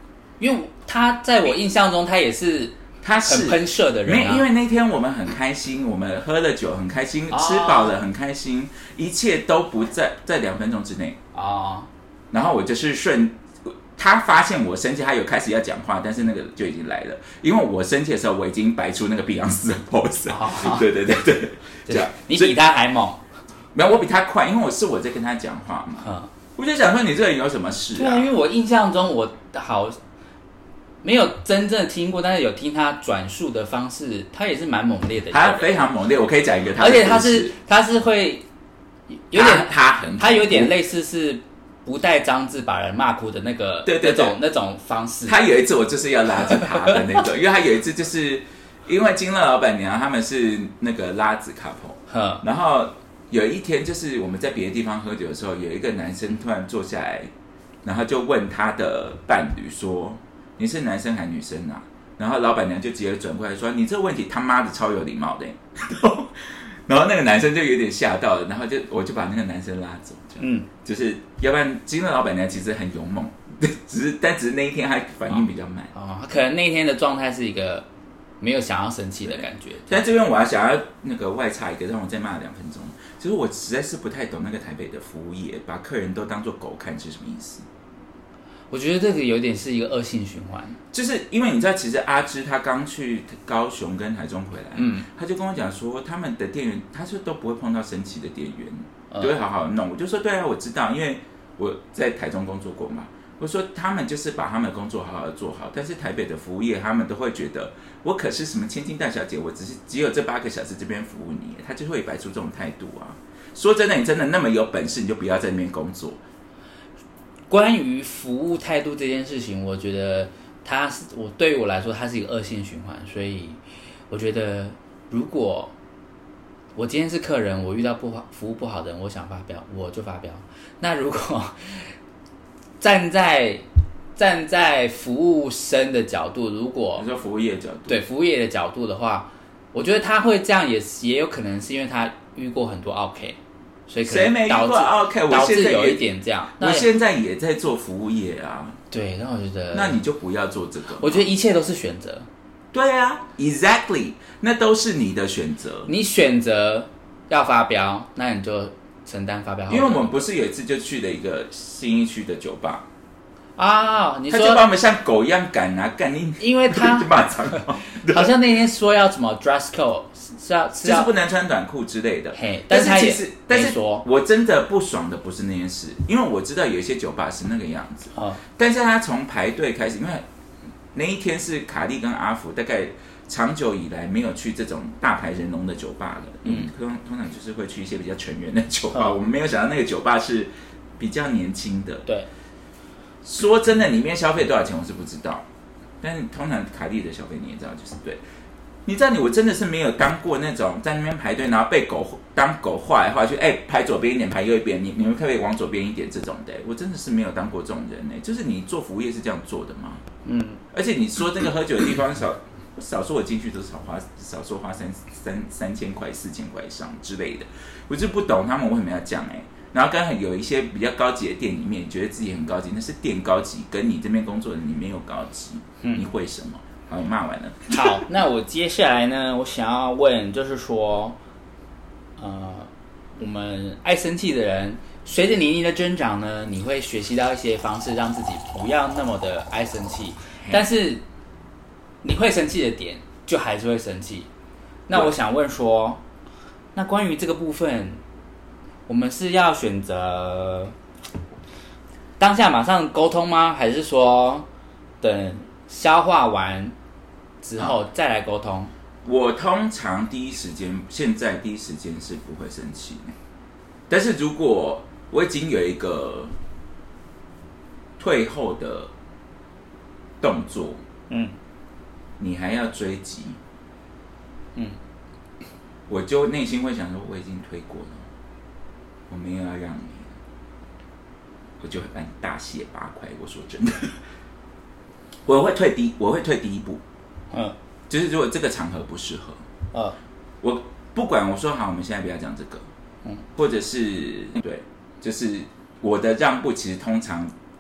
因为他在我印象中，他也是他是很喷射的人、啊， 没，因为那天我们很开心，我们喝了酒很开心， 哦、 吃饱了很开心，一切都不在在两分钟之内哦。 然后我就是顺。他发现我生气，他有开始要讲话，但是那个就已经来了。因为我生气的时候，我已经摆出那个碧昂斯的 pose。哦、对对对对，这样你比他还猛。 没有，我比他快，因为我是我在跟他讲话嘛。嗯，我就想说你这人有什么事啊？ 对啊，因为我印象中我好没有真正听过，但是有听他转述的方式，他也是蛮猛烈的。 他非常猛烈，我可以讲一个他的而且他是他是会有点他很他有点类似是。不带脏字把人骂哭的那个， 对对对那种那种方式。 他有一次我就是要拉着他的那种，因为他有一次就是因为金乐老板娘他们是那个拉子 couple， 然后有一天就是我们在别的地方喝酒的时候，有一个男生突然坐下来，然后就问他的伴侣说：“你是男生还是女生啊？”然后老板娘就直接转过来说：“你这个问题他妈的超有礼貌的。”然后那个男生就有点吓到了，然后就我就把那个男生拉走，嗯，就是要不然金乐老板娘其实很勇猛，只是但只是那一天他反应比较慢， 哦，他可能那一天的状态是一个没有想要生气的感觉。 但这边我要想要那个外插一个，让我再骂两分钟，就是我实在是不太懂那个台北的服务业把客人都当作狗看是什么意思。 我觉得这个有点是一个恶性循环， 就是因为你知道，其实阿芝他刚去高雄跟台中回来，嗯，他就跟我讲说，他们的店员，他说都不会碰到生气的店员，嗯、都会好好弄。我就说，对啊，我知道，因为我在台中工作过嘛。我说他们就是把他们的工作好好的做好，但是台北的服务业，他们都会觉得我可是什么千金大小姐，我只是只有这八个小时这边服务你，他就会摆出这种态度啊。说真的，你真的那么有本事，你就不要在那边工作。 关于服务态度这件事情，我觉得它是我对于我来说，它是一个恶性循环。所以我觉得，如果我今天是客人，我遇到不好服务不好的人，我想发飙，我就发飙。那如果站在站在服务生的角度，如果你说服务业的角度， 对服务业的角度的话，我觉得他会这样也也有可能是因为他遇过很多 OK。所以可能导致导致有一点这样。 我现在也在做服务业啊。 对，那我觉得， 那你就不要做这个。 我觉得一切都是选择。 对啊 ，exactly， 那都是你的选择。 你选择要发飙，那你就承担发飙。 因为我们不是有一次就去了一个信义区的酒吧啊，你说他就把我们像狗一样赶啊赶你， 因为他就骂脏话。 好像那天说要什么 dress code。是要是就是不能穿短裤之类的， 但是其实，但是我真的不爽的不是那件事，因为我知道有一些酒吧是那个样子，哦、但是他从排队开始，因为那一天是卡莉跟阿福，大概长久以来没有去这种大排人龙的酒吧了，嗯，通通常就是会去一些比较全员的酒吧，嗯、我们没有想到那个酒吧是比较年轻的， 对， 说真的，里面消费多少钱我是不知道，但是通常卡莉的消费你也知道，就是对。你知道你我真的是没有当过那种在那边排队，然后被狗当狗画来画去，哎、欸，排左边一点，排右边，你你们可不可以往左边一点这种的？我真的是没有当过这种人呢。就是你做服务业是这样做的吗？嗯，而且你说那个喝酒的地方少，少说我进去都少花，少说花三三三千块、四千块以上之类的，我就不懂他们为什么要这样哎。然后刚才有一些比较高级的店里面，你觉得自己很高级，那是店高级，跟你这边工作的你没有高级，嗯、你会什么？好，我骂完了。 好，那我接下来呢，我想要问，就是说，呃，我们爱生气的人，随着年龄的增长呢，你会学习到一些方式，让自己不要那么的爱生气。但是你会生气的点，就还是会生气。那我想问说，那关于这个部分，我们是要选择当下马上沟通吗？还是说等消化完之后再来沟通？ 我通常第一时间，现在第一时间是不会生气，但是如果我已经有一个退后的动作，嗯，你还要追击，嗯，我就内心会想说，我已经推过了，我没有要让你，我就会把你大卸八块。我说真的。我会退第，我会退第一步，嗯，就是如果这个场合不适合，嗯，我不管我说好，我们现在不要讲这个，嗯，或者是对，就是我的让步，其实通常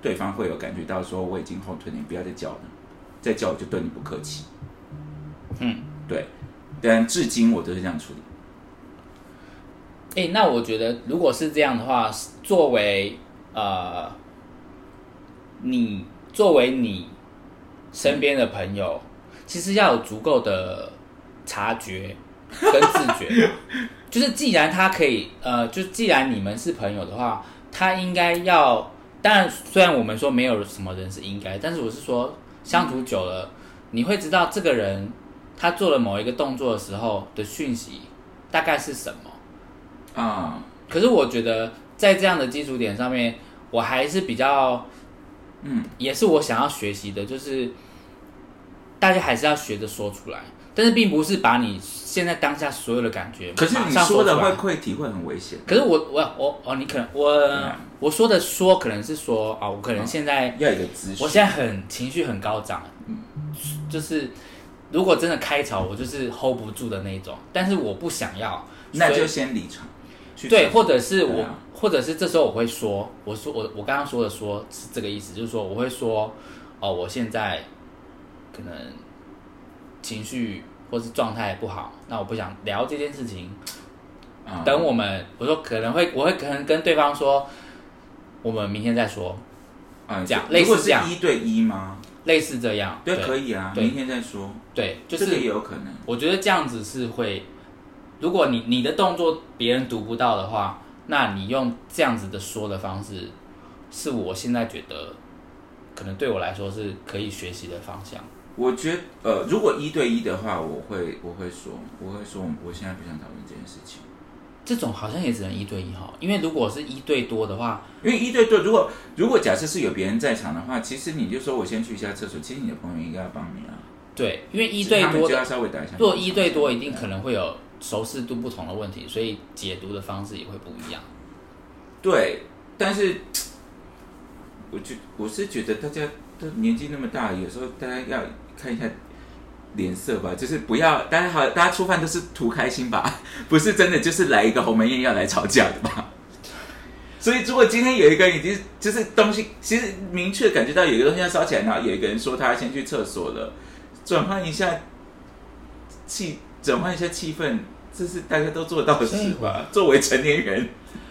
对方会有感觉到说我已经后退了，你不要再叫了，再叫我就对你不客气。 嗯， 对，但至今我都是这样处理。 哎、欸，那我觉得如果是这样的话，作为呃，你作为你身边的朋友，其实要有足够的察觉跟自觉。就是既然他可以，呃，就既然你们是朋友的话，他应该要。当然，虽然我们说没有什么人是应该，但是我是说，相处久了，你会知道这个人他做了某一个动作的时候的讯息大概是什么。 啊、嗯， 可是我觉得在这样的基础点上面，我还是比较， 嗯， 也是我想要学习的，就是大家还是要学着说出来，但是并不是把你现在当下所有的感觉， 可是你说的会溃体会很危险。 可是我我我哦，你可能我、嗯、我说的说可能是说啊、哦，我可能现在、 哦、要有一个姿势， 我现在很情绪很高涨，嗯，就是如果真的开吵，我就是 hold 不住的那种，但是我不想要， 那就先离场。 对，或者是我、 啊， 或者是这时候我会说，我说我我刚刚说的说是这个意思，就是说我会说，哦，我现在可能情绪或是状态不好，那我不想聊这件事情。啊、等我们，我说可能会，我会可能跟对方说，我们明天再说。 啊， 这样类似这样。 如果是一对一吗？ 类似这样。 对， 对可以啊，明天再说。 对，就是这个也有可能。 我觉得这样子是会。如果你你的动作别人读不到的话，那你用这样子的说的方式，是我现在觉得可能对我来说是可以学习的方向。 我觉得呃，如果一对一的话，我会我会说，我会说，我现在不想讨论这件事情。 这种好像也只能一对一哈，因为如果是一对多的话， 因为一对多，如果如果假设是有别人在场的话，其实你就说我先去一下厕所，其实你的朋友应该要帮你啊。 对，因为一对多的，如果一对多一定可能会有熟识度不同的问题，所以解读的方式也会不一样。 对，但是我觉我是觉得大家都年纪那么大，有时候大家要看一下脸色吧，就是不要大家好，大家吃饭都是图开心吧，不是真的就是来一个鸿门宴要来吵架的吧。所以如果今天有一个人已经就是东西，其实明确感觉到有一个东西要烧起来，然后有一个人说他要先去厕所了，转换一下气，转换一下气氛，这是大家都做得到的事吧？作为成年人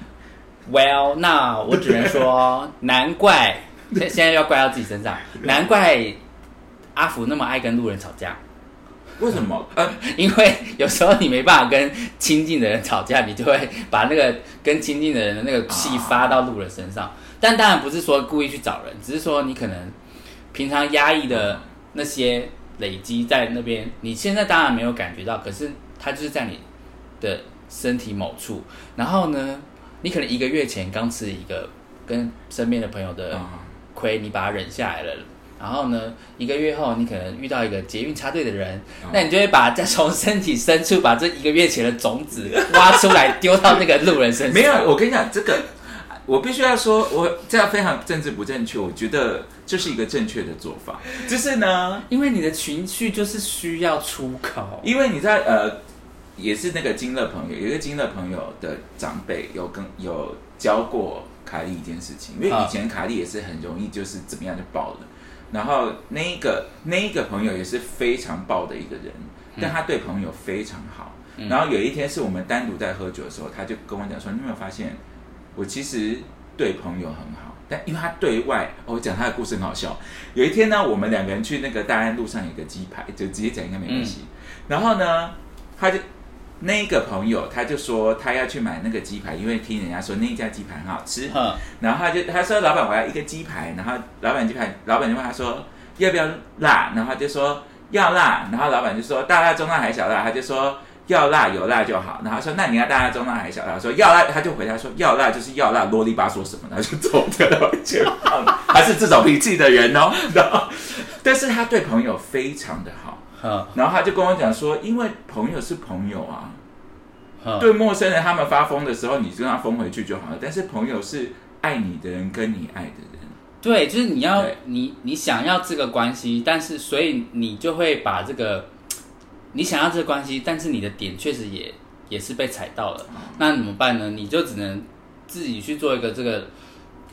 ，Well， 那我只能说，难怪现现在要怪到自己身上，难怪阿福那么爱跟路人吵架。 为什么？呃， 因为有时候你没办法跟亲近的人吵架，你就会把那个跟亲近的人的那个气发到路人身上。啊、但当然不是说故意去找人，只是说你可能平常压抑的那些累积在那边，你现在当然没有感觉到，可是它就是在你的身体某处。然后呢，你可能一个月前刚吃一个跟身边的朋友的亏，你把它忍下来了。然后呢，一个月后你可能遇到一个捷运插队的人，哦、那你就会把再从身体深处把这一个月前的种子挖出来，丢到那个路人身上。 没有，我跟你讲，这个我必须要说，我这样非常政治不正确，我觉得这是一个正确的做法。就是呢， 因为你的情绪就是需要出口。 因为你在呃，也是那个金乐朋友，有一个金乐朋友的长辈有跟有教过卡莉一件事情，因为以前卡莉也是很容易就是怎么样就爆了。然后那一个那一个朋友也是非常爆的一个人，但他对朋友非常好。嗯、然后有一天是我们单独在喝酒的时候，他就跟我讲说：“你有没有发现，我其实对朋友很好，但因为他对外，我讲他的故事很好笑。有一天呢，我们两个人去那个大安路上有一个鸡排，就直接讲应该没关系。嗯、然后呢，他就那一个朋友他就说他要去买那个鸡排，因为听人家说那一家鸡排很好吃。嗯、然后他就他说老板我要一个鸡排，然后老板鸡排老板就问他说要不要辣，然后他就说要辣，然后老板就说大辣中辣还是小辣，他就说要辣有辣就好，然后说那你要大辣中辣还是小辣，说要辣，他就回答说要辣就是要辣，啰里吧嗦什么，然后就走掉了。他是这种脾气的人哦，然后但是他对朋友非常的好。然后他就跟我讲说，因为朋友是朋友啊，对陌生人他们发疯的时候，你就让他疯回去就好了。但是朋友是爱你的人跟你爱的人， 对，就是你要你你想要这个关系，但是所以你就会把这个你想要这个关系，但是你的点确实也也是被踩到了，嗯、那怎么办呢？你就只能自己去做一个这个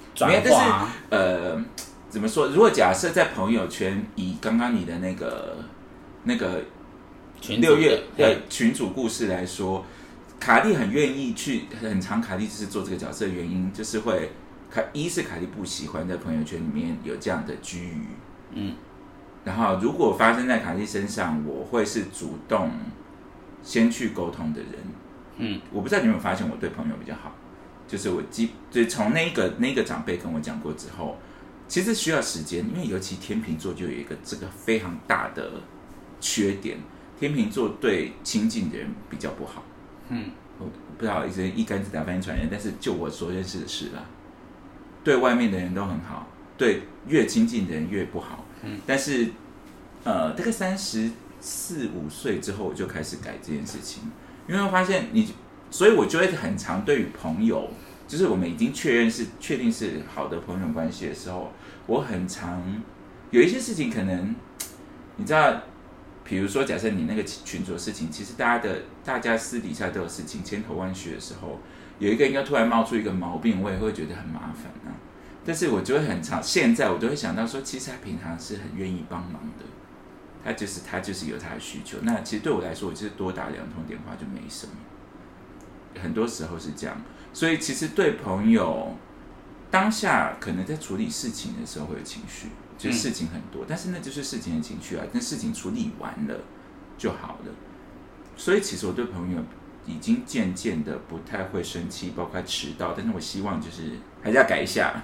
转没有，但是化。 呃，怎么说？如果假设在朋友圈，以刚刚你的那个那个群组六月的呃群主故事来说，卡莉很愿意去，很常卡莉就是做这个角色的原因，就是会卡一是卡莉不喜欢在朋友圈里面有这样的居于， 嗯， 然后如果发生在卡莉身上，我会是主动先去沟通的人。 嗯， 我不知道你有没有发现我对朋友比较好，就是我基就从那个那个长辈跟我讲过之后，其实需要时间，因为尤其天秤座就有一个这个非常大的缺点，天秤座对亲近的人比较不好。 嗯， 我不知道一直一竿子打翻船人，但是就我所认识的事啦，对外面的人都很好，对越亲近的人越不好。嗯，但是呃，大概三十四五岁之后，我就开始改这件事情。因为我发现你，所以我就会很常对于朋友，就是我们已经确认是确定是好的朋友关系的时候，我很常有一些事情可能，你知道，比如说假设你那个群组的事情，其实大家的大家私底下都有事情，千头万绪的时候，有一个人要突然冒出一个毛病，我也会觉得很麻烦啊。但是我就会很常，现在我都会想到说，其实他平常是很愿意帮忙的。他就是他就是有他的需求，那其实对我来说，我就是多打两通电话就没什么，很多时候是这样。所以其实对朋友当下可能在处理事情的时候会有情绪，就是事情很多，嗯、但是那就是事情的情绪啊，那事情处理完了就好了。所以其实我对朋友已经渐渐的不太会生气，包括迟到，但是我希望就是还是要改一下。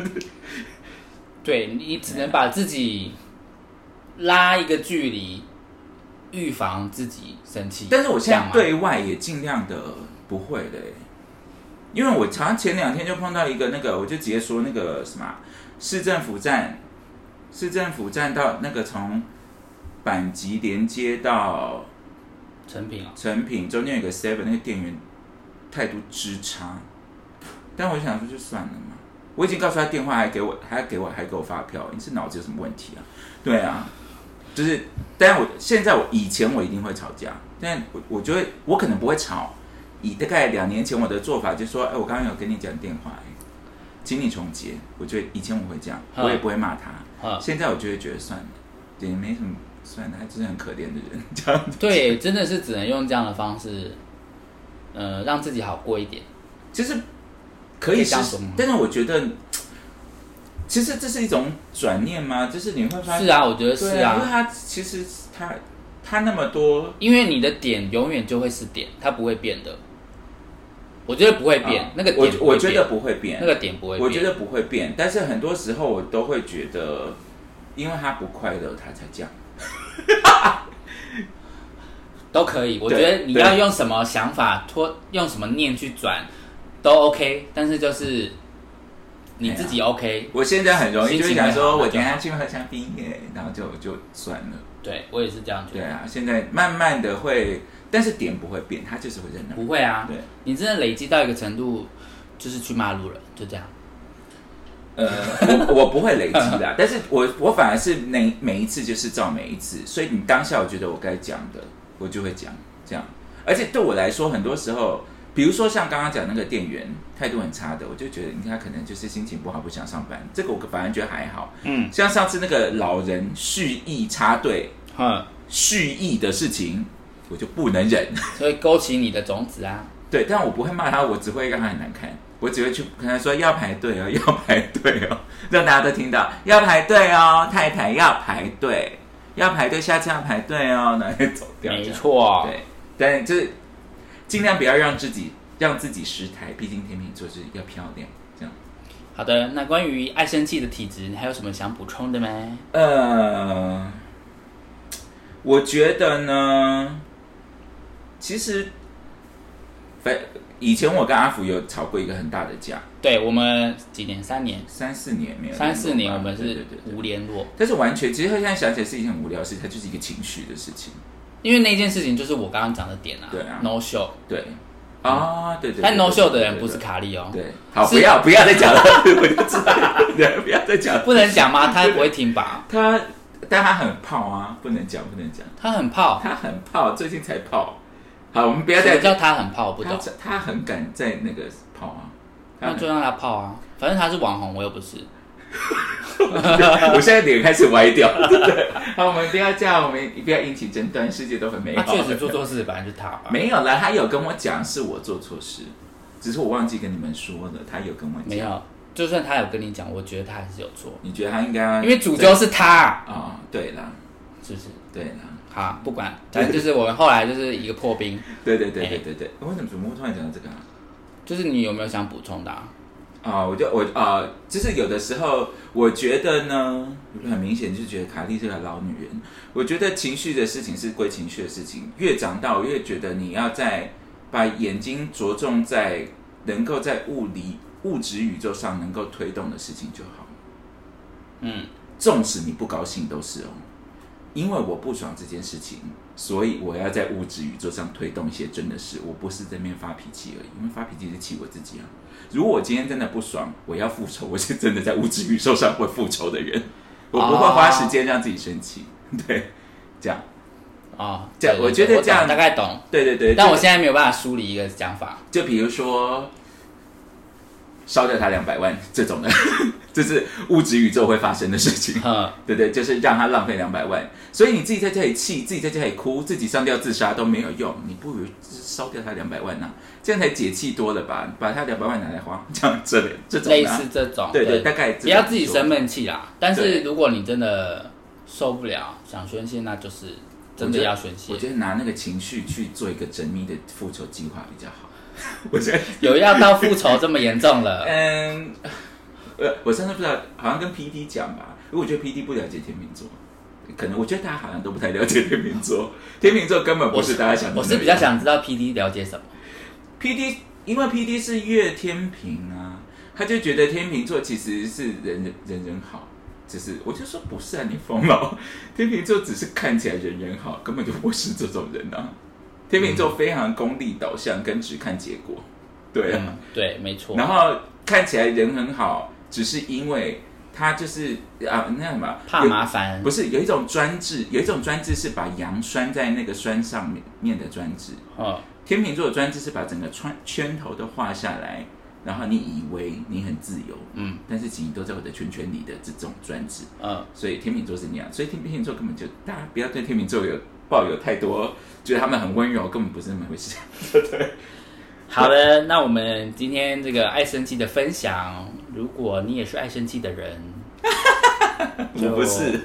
对，你只能把自己拉一个距离，预防自己生气。 但是我现在对外也尽量的不会的，因为我常常前两天就碰到一个那个，我就直接说那个什么市政府站，市政府站到那个从板吉连接到成品啊， 成品中间有个 seven， 那个店员态度之差，但我想说就算了嘛，我已经告诉他电话，还给我还给我还给我发票，你是脑子有什么问题啊？对啊。就是，但我现在我以前我一定会吵架，但我我觉得我可能不会吵。以大概两年前我的做法就是说，哎，我刚刚有跟你讲电话，请你重接。我觉得以前我会这样，我也不会骂他。现在我就会觉得算了，也没什么，算了，他真是很可怜的人，这样子。 对，真的是只能用这样的方式，呃，让自己好过一点。 就是可以是，但是我觉得。其实这是一种转念吗？就是你会发现， 是啊，我觉得是啊， 因为他其实他他那么多， 因为你的点永远就会是点，它不会变的。我觉得不会变，啊、那个点不会变， 我我觉得不会变， 那个点不会变， 我觉得不会变。但是很多时候我都会觉得，因为他不快乐，他才这样。 都可以，我觉得你要用什么想法拖，用什么念去转，都 OK。但是就是你自己 OK，、哎、 我现在很容易就会想说，我等一下去喝香槟耶，然后就就算了。 对我也是这样觉得。 对啊，现在慢慢的会，但是点不会变，它就是会在那。 不会啊， 对， 你真的累积到一个程度，就是去骂路人，就这样。 呃，我我不会累积啦，但是我我反而是每每一次就是照每一次，所以你当下我觉得我该讲的，我就会讲这样。而且对我来说，很多时候，比如说像刚刚讲那个店员态度很差的，我就觉得你看他可能就是心情不好，不想上班，这个我反而觉得还好。嗯，像上次那个老人蓄意插队，嗯，蓄意的事情，我就不能忍， 所以勾起你的种子啊。 对，但我不会骂他，我只会让他很难看。我只会去跟他说要排队哦，要排队哦，让大家都听到要排队哦，太太要排队，要排队，下次要排队哦，然后就走掉。 没错， 对，但就是尽量不要让自己让自己失态，毕竟天秤座是要漂亮，这样。 好的，那关于爱生气的体质，你还有什么想补充的吗？ 呃，我觉得呢，其实，反。以前我跟阿福有吵过一个很大的架， 对我们几年，三年， 三四年没有， 三四年我们是无联络。 但是完全，其实现在想起来是一件很无聊的事，它就是一个情绪的事情。 因为那件事情就是我刚刚讲的点啊， 对啊 ，no show， 对，啊，对对。 但 no show 的人不是卡莉哦， 对，好，不要不要再讲了，我就知道，对，不要再讲， 不能讲吗？他不会听吧？ 他，但他很泡啊，不能讲，不能讲， 他很泡， 他很泡，最近才泡。好，我们不要再叫他很泡，不懂。 他, 他很敢在那个泡啊， 那就让他泡啊，反正他是网红，我又不是。 我现在脸开始歪掉，对不对？好，我们不要这样，我们不要引起争端，世界都很美好。 他确实做错事，本来就是他吧？ 没有啦，他有跟我讲是我做错事，只是我忘记跟你们说了。他有跟我讲， 没有。就算他有跟你讲，我觉得他还是有错。 你觉得他应该？ 因为主揪是他啊、 哦。对啦， 是不是？ 对啦。 好，不管，反正就是我们后来就是一个破冰。 对对对对对对。为什么怎么会突然讲到这个啊？ 就是你有没有想补充的啊？ 啊、我就我啊、呃，就是有的时候，我觉得呢，很明显就觉得卡莉是个老女人。我觉得情绪的事情是归情绪的事情，越长大我越觉得你要在把眼睛着重在能够在物理物质宇宙上能够推动的事情就好。嗯，纵使你不高兴都是哦，因为我不爽这件事情，所以我要在物质宇宙上推动一些真的事，我不是在那边发脾气而已，因为发脾气是气我自己啊。如果我今天真的不爽，我要复仇，我是真的在物质宇宙上会复仇的人，我不会花时间让自己生气。对，这样。 哦， 这样，我觉得这样大概懂。 对对对， 但我现在没有办法梳理一个讲法。 就比如说，烧掉他两百万这种的，这是物质宇宙会发生的事情。嗯，对对，就是让他浪费两百万，所以你自己在家里气，自己在家里哭，自己上吊自杀都没有用，你不如烧掉他两百万呐、啊，这样才解气多了吧？把他两百万拿来花，这样这这种、啊、 类似这种， 对 对, 对，大概不要自己生闷气啦。但是如果你真的受不了，想宣泄，那就是真的要宣泄。 我觉得拿那个情绪去做一个缜密的复仇计划比较好。我觉得有要到复仇这么严重了？ 嗯，呃，我上次不知道，好像跟 P D 讲吧，因为我觉得 P D 不了解天秤座，可能我觉得大家好像都不太了解天秤座，天秤座根本不是大家想的。 我是比较想知道 P D 了解什么。 P D 因为 P D 是月天秤啊，他就觉得天秤座其实是人人人人好，只是我就说不是啊，你疯了，天秤座只是看起来人人好，根本就不是这种人啊。天秤座非常功利导向，跟只看结果，对啊， 嗯、对，没错。 然后看起来人很好，只是因为他就是啊，那什么怕麻烦， 不是有一种专制，有一种专制是把羊拴在那个栓上面的专制。哦，天秤座的专制是把整个圈圈头都画下来，然后你以为你很自由，嗯，但是其实都在我的圈圈里的这种专制。嗯，所以天秤座是那样，所以天秤座根本就大家不要对天秤座有抱有太多。觉得他们很温柔，根本不是那么回事，对不对？ 好的，那我们今天这个爱生气的分享，如果你也是爱生气的人， 我不是，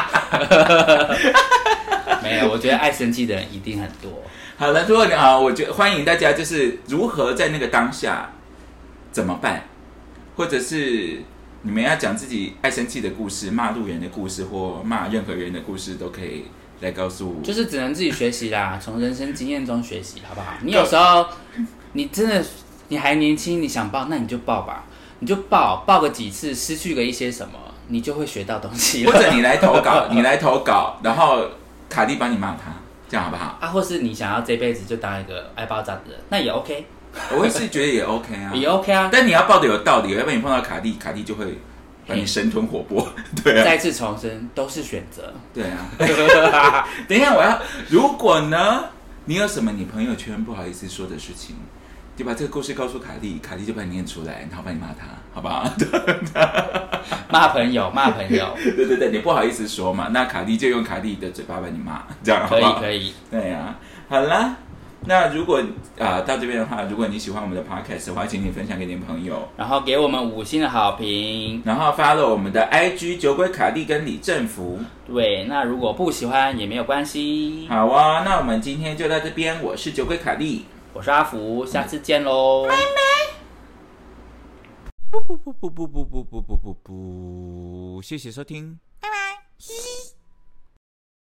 没有，我觉得爱生气的人一定很多。 好了，如果啊，我觉得欢迎大家就是如何在那个当下怎么办，或者是你们要讲自己爱生气的故事，骂路人的故事，或骂任何人的故事，都可以。来告诉我， 就是只能自己学习啦，从人生经验中学习，好不好？你有时候，你真的你还年轻，你想报，那你就报吧，你就报，报个几次，失去个一些什么，你就会学到东西了。 或者你来投稿，你来投稿，然后卡蒂帮你骂他，这样好不好？ 啊，或是你想要这辈子就当一个爱爆炸的人，那也 OK。 我是觉得也 OK 啊， 也 OK 啊， 但你要报的有道理，要不然你碰到卡蒂，卡蒂就会。把你生吞活剥，对啊。 再次重申，都是选择。 对啊。等一下，我要，如果呢，你有什么你朋友圈不好意思说的事情，就把这个故事告诉卡蒂，卡蒂就把你念出来，然后帮你骂他，好不好？ 骂朋友，骂朋友。 对对对，你不好意思说嘛，那卡蒂就用卡蒂的嘴巴把你骂，这样好不好？ 可以可以。 对啊，好啦。那如果啊、呃、到这边的话，如果你喜欢我们的 podcast 的话，请你分享给你的朋友， 然后给我们五星的好评， 然后 follow 我们的 I G 酒鬼卡蒂跟李政福。 对，那如果不喜欢也没有关系。 好啊，那我们今天就到这边。我是酒鬼卡蒂， 我是阿福，下次见喽。 妹妹。不不不不不不不不不不不，谢谢收听。